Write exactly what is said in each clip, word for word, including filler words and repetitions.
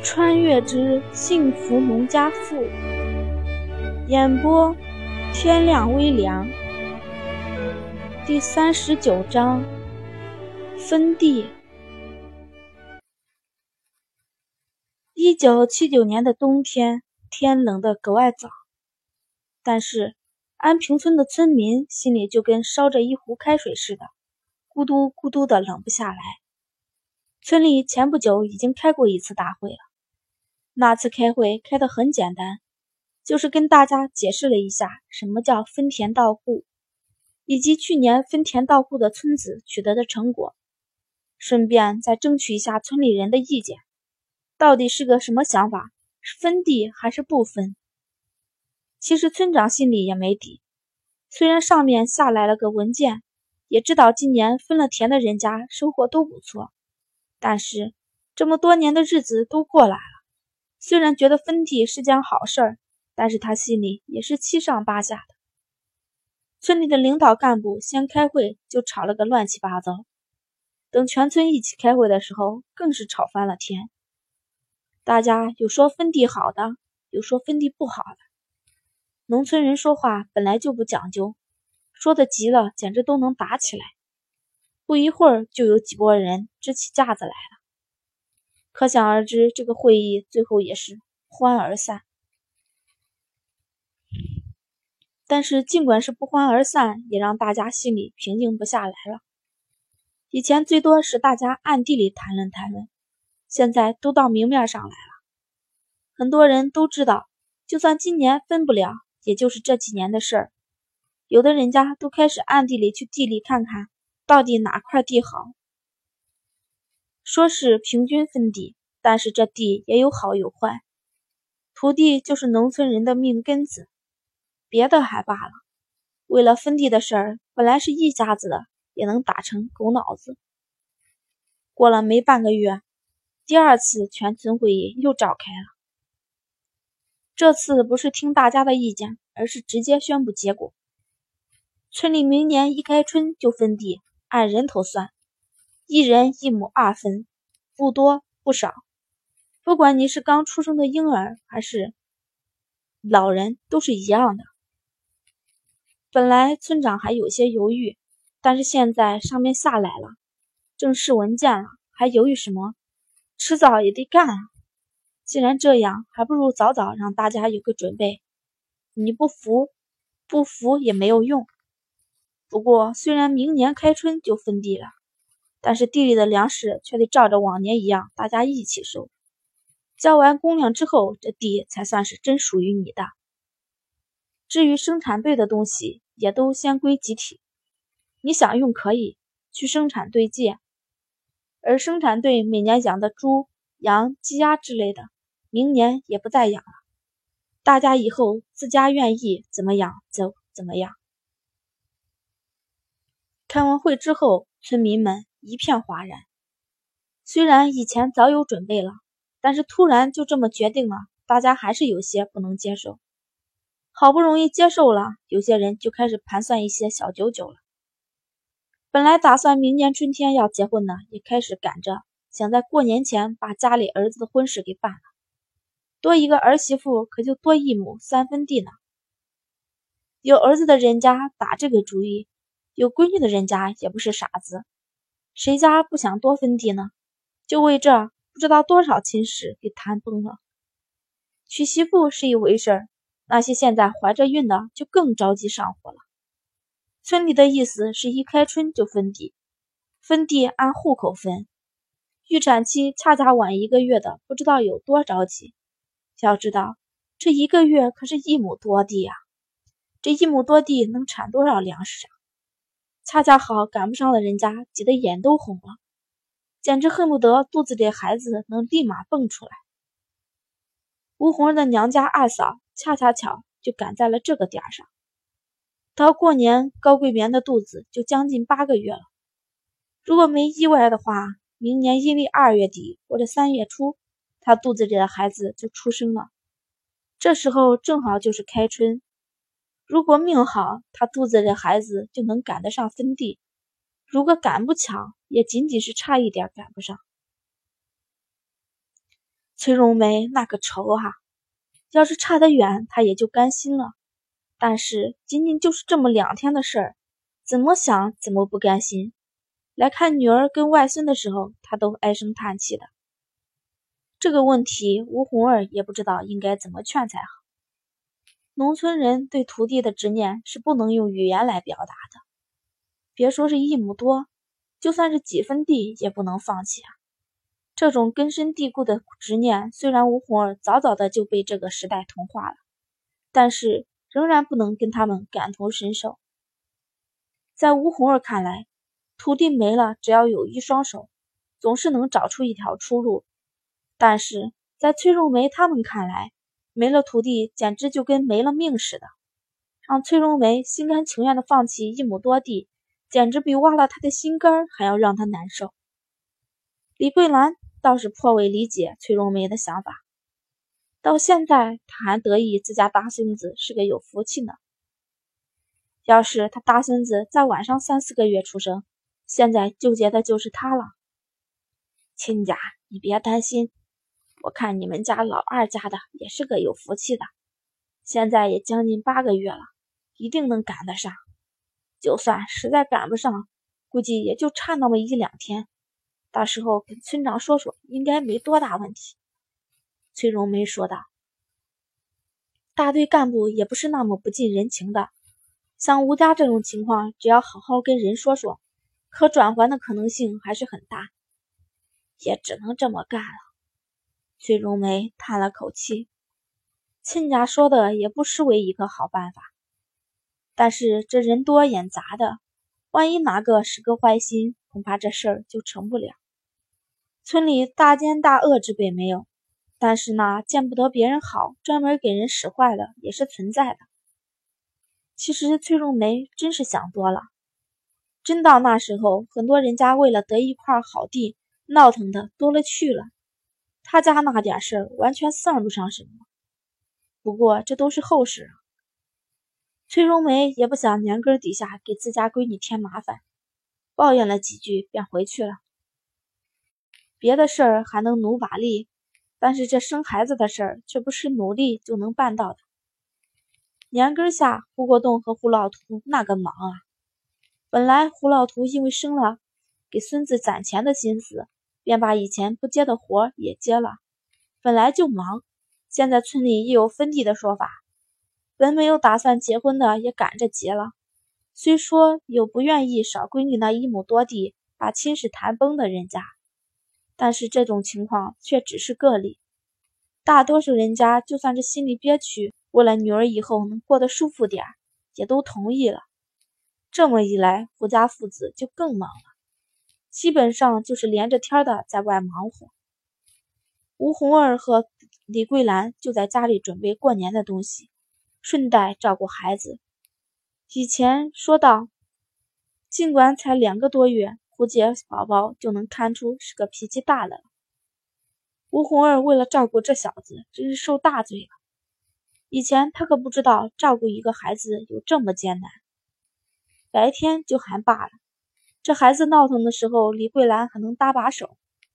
穿越之幸福农家妇。演播天亮微凉。第三十九章分地。一九七九年的冬天，天冷得格外早，但是安平村的村民心里就跟烧着一壶开水似的，咕嘟咕嘟的冷不下来。村里前不久已经开过一次大会了，那次开会开得很简单，就是跟大家解释了一下什么叫分田到户，以及去年分田到户的村子取得的成果，顺便再争取一下村里人的意见，到底是个什么想法，是分地还是不分。其实村长心里也没底，虽然上面下来了个文件，也知道今年分了田的人家生活都不错，但是这么多年的日子都过来了，虽然觉得分地是件好事儿，但是他心里也是七上八下的。村里的领导干部先开会就吵了个乱七八糟，等全村一起开会的时候更是吵翻了天。大家有说分地好的，有说分地不好的。农村人说话本来就不讲究，说的急了简直都能打起来，不一会儿就有几拨人支起架子来了。可想而知，这个会议最后也是不欢而散。但是尽管是不欢而散，也让大家心里平静不下来了。以前最多是大家暗地里谈论谈论，现在都到明面上来了。很多人都知道，就算今年分不了，也就是这几年的事儿。有的人家都开始暗地里去地里看看，到底哪块地好。说是平均分地，但是这地也有好有坏。土地就是农村人的命根子，别的还罢了，为了分地的事儿，本来是一家子的，也能打成狗脑子。过了没半个月，第二次全村会议又召开了。这次不是听大家的意见，而是直接宣布结果。村里明年一开春就分地，按人头算，一人一亩二分，不多不少。不管你是刚出生的婴儿还是老人，都是一样的。本来村长还有些犹豫，但是现在上面下来了，正式文件了，还犹豫什么？迟早也得干啊！既然这样，还不如早早让大家有个准备。你不服，不服也没有用。不过虽然明年开春就分地了，但是地里的粮食却得照着往年一样，大家一起收。交完公粮之后，这地才算是真属于你的。至于生产队的东西，也都先归集体。你想用可以去生产队借，而生产队每年养的猪、羊、鸡鸭之类的，明年也不再养了。大家以后自家愿意怎么养就怎么样。开完会之后，村民们一片哗然。虽然以前早有准备了，但是突然就这么决定了，大家还是有些不能接受。好不容易接受了，有些人就开始盘算一些小九九了。本来打算明年春天要结婚呢，也开始赶着想在过年前把家里儿子的婚事给办了。多一个儿媳妇可就多一亩三分地呢。有儿子的人家打这个主意，有闺女的人家也不是傻子，谁家不想多分地呢？就为这不知道多少亲事给谈崩了。娶媳妇是一回事，那些现在怀着孕的就更着急上火了。村里的意思是一开春就分地，分地按户口分，预产期恰恰晚一个月的不知道有多着急。要知道这一个月可是一亩多地啊，这一亩多地能产多少粮食啊？恰恰好赶不上的人家急得眼都红了，简直恨不得肚子里的孩子能立马蹦出来。吴红的娘家二嫂恰恰巧就赶在了这个点上，到过年高桂棉的肚子就将近八个月了。如果没意外的话，明年阴历二月底或者三月初，她肚子里的孩子就出生了。这时候正好就是开春，如果命好，她肚子里的孩子就能赶得上分地；如果赶不巧，也仅仅是差一点赶不上。 崔荣梅那个愁啊，要是差得远，她也就甘心了。但是仅仅就是这么两天的事儿，怎么想怎么不甘心。来看女儿跟外孙的时候，她都唉声叹气的。这个问题，吴红儿也不知道应该怎么劝才好。农村人对土地的执念是不能用语言来表达的，别说是一亩多，就算是几分地也不能放弃啊。这种根深蒂固的执念，虽然吴红儿早早的就被这个时代同化了，但是仍然不能跟他们感同身受。在吴红儿看来，土地没了，只要有一双手，总是能找出一条出路。但是在崔荣梅他们看来，没了土地简直就跟没了命似的。让崔荣梅心甘情愿地放弃一亩多地，简直比挖了他的心肝还要让他难受。李桂兰倒是颇为理解崔荣梅的想法，到现在他还得意自家大孙子是个有福气呢。要是他大孙子再晚上三四个月出生，现在纠结的就是他了。亲家，你别担心，我看你们家老二家的也是个有福气的，现在也将近八个月了，一定能赶得上。就算实在赶不上，估计也就差那么一两天，到时候跟村长说说，应该没多大问题。崔荣梅说道。大队干部也不是那么不近人情的，像吴家这种情况，只要好好跟人说说，可转还的可能性还是很大。也只能这么干了。崔荣梅叹了口气，亲家说的也不失为一个好办法，但是这人多眼杂的，万一哪个是个坏心，恐怕这事儿就成不了。村里大奸大恶之辈没有，但是呢，见不得别人好，专门给人使坏的也是存在的。其实崔荣梅真是想多了，真到那时候，很多人家为了得一块好地，闹腾的多了去了。他家那点事儿完全算不上什么，不过这都是后事啊。崔荣梅也不想年根底下给自家闺女添麻烦，抱怨了几句便回去了。别的事儿还能努把力，但是这生孩子的事儿却不是努力就能办到的。年根下，胡国栋和胡老图那个忙啊！本来胡老图因为生了给孙子攒钱的心思，便把以前不接的活也接了，本来就忙。现在村里又有分地的说法，本没有打算结婚的也赶着结了。虽说有不愿意少闺女那一亩多地把亲事谈崩的人家，但是这种情况却只是个例。大多数人家就算是心里憋屈，为了女儿以后能过得舒服点，也都同意了。这么一来，胡家父子就更忙了，基本上就是连着天的在外忙活。吴红儿和李桂兰就在家里准备过年的东西，顺带照顾孩子。以前说到，尽管才两个多月，胡杰宝宝就能看出是个脾气大的了。吴红儿为了照顾这小子，真是受大罪了。以前他可不知道照顾一个孩子有这么艰难。白天就还罢了，这孩子闹腾的时候，李桂兰还能搭把手，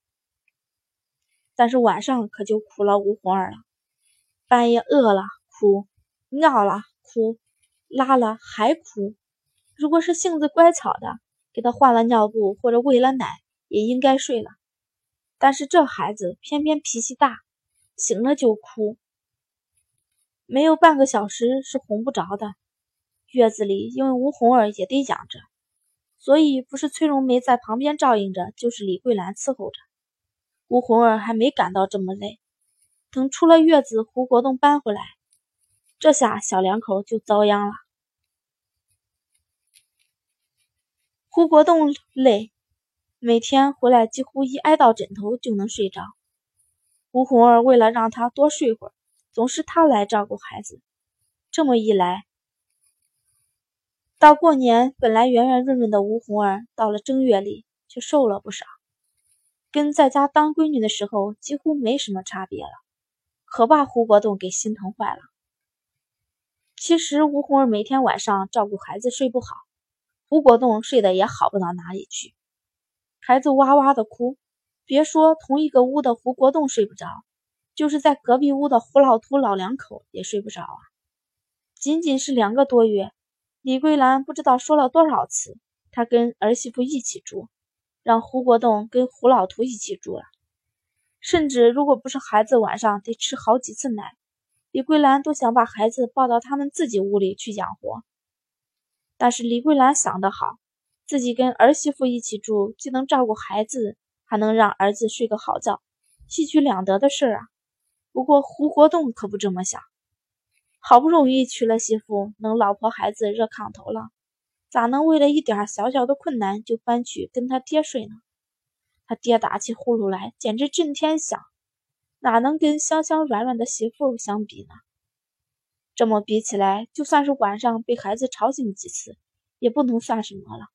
但是晚上可就苦了吴红儿了。半夜饿了哭，尿了哭，拉了还哭。如果是性子乖巧的，给他换了尿布或者喂了奶，也应该睡了。但是这孩子偏偏脾气大，醒了就哭，没有半个小时是哄不着的。月子里因为吴红儿也得养着，所以不是崔荣梅在旁边照应着，就是李桂兰伺候着。吴红儿还没感到这么累，等出了月子，胡国栋搬回来，这下小两口就遭殃了。胡国栋累，每天回来几乎一挨到枕头就能睡着。吴红儿为了让他多睡会儿，总是他来照顾孩子。这么一来，到过年本来圆圆润润的吴红儿，到了正月里却瘦了不少，跟在家当闺女的时候几乎没什么差别了，可把胡国栋给心疼坏了。其实吴红儿每天晚上照顾孩子睡不好，胡国栋睡得也好不到哪里去。孩子哇哇的哭，别说同一个屋的胡国栋睡不着， 就是在隔壁屋的胡老图老两口也睡不着啊。仅仅是两个多月，李桂兰不知道说了多少次，她跟儿媳妇一起住，让胡国栋跟胡老图一起住了。甚至如果不是孩子晚上得吃好几次奶，李桂兰都想把孩子抱到他们自己屋里去养活。但是李桂兰想得好，自己跟儿媳妇一起住，既能照顾孩子，还能让儿子睡个好觉，一举两得的事啊。不过胡国栋可不这么想，好不容易娶了媳妇，能老婆孩子热炕头了，咋能为了一点小小的困难就搬去跟他爹睡呢？他爹打起呼噜来简直震天响，哪能跟香香软软的媳妇相比呢？这么比起来，就算是晚上被孩子吵醒几次，也不能算什么了。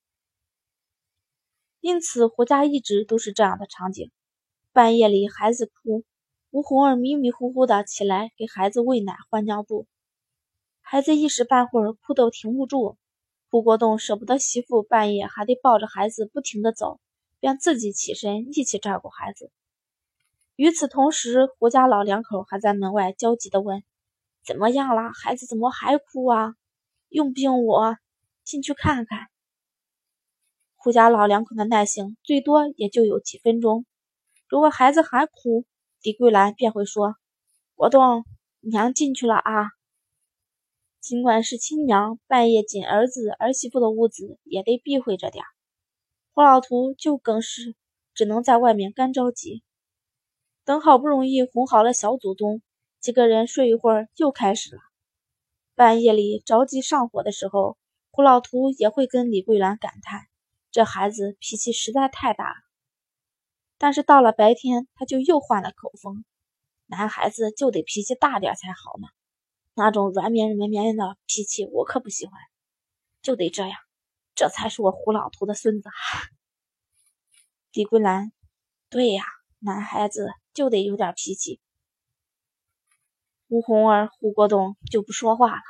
因此胡家一直都是这样的场景，半夜里孩子哭，吴红儿迷迷糊糊的起来给孩子喂奶换尿布，孩子一时半会儿哭都停不住，胡国栋舍不得媳妇半夜还得抱着孩子不停地走，便自己起身一起照顾孩子。与此同时，胡家老两口还在门外焦急地问：怎么样了？孩子怎么还哭啊？用不用我进去看看？胡家老两口的耐性最多也就有几分钟，如果孩子还哭，李桂兰便会说：国栋，娘进去了啊。尽管是亲娘，半夜进儿子儿媳妇的屋子也得避讳着点。胡老图就更是只能在外面干着急。等好不容易哄好了小祖宗，几个人睡一会儿又开始了。半夜里着急上火的时候，胡老图也会跟李桂兰感叹，这孩子脾气实在太大了。但是到了白天，他就又换了口风，男孩子就得脾气大点才好呢，那种软绵绵绵的脾气我可不喜欢，就得这样，这才是我胡老图的孙子。李桂兰，对呀，男孩子就得有点脾气。吴红儿、胡国栋就不说话了。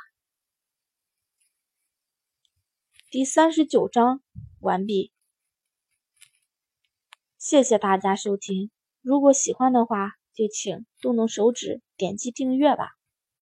第三十九章完毕。谢谢大家收听，如果喜欢的话，就请动动手指点击订阅吧。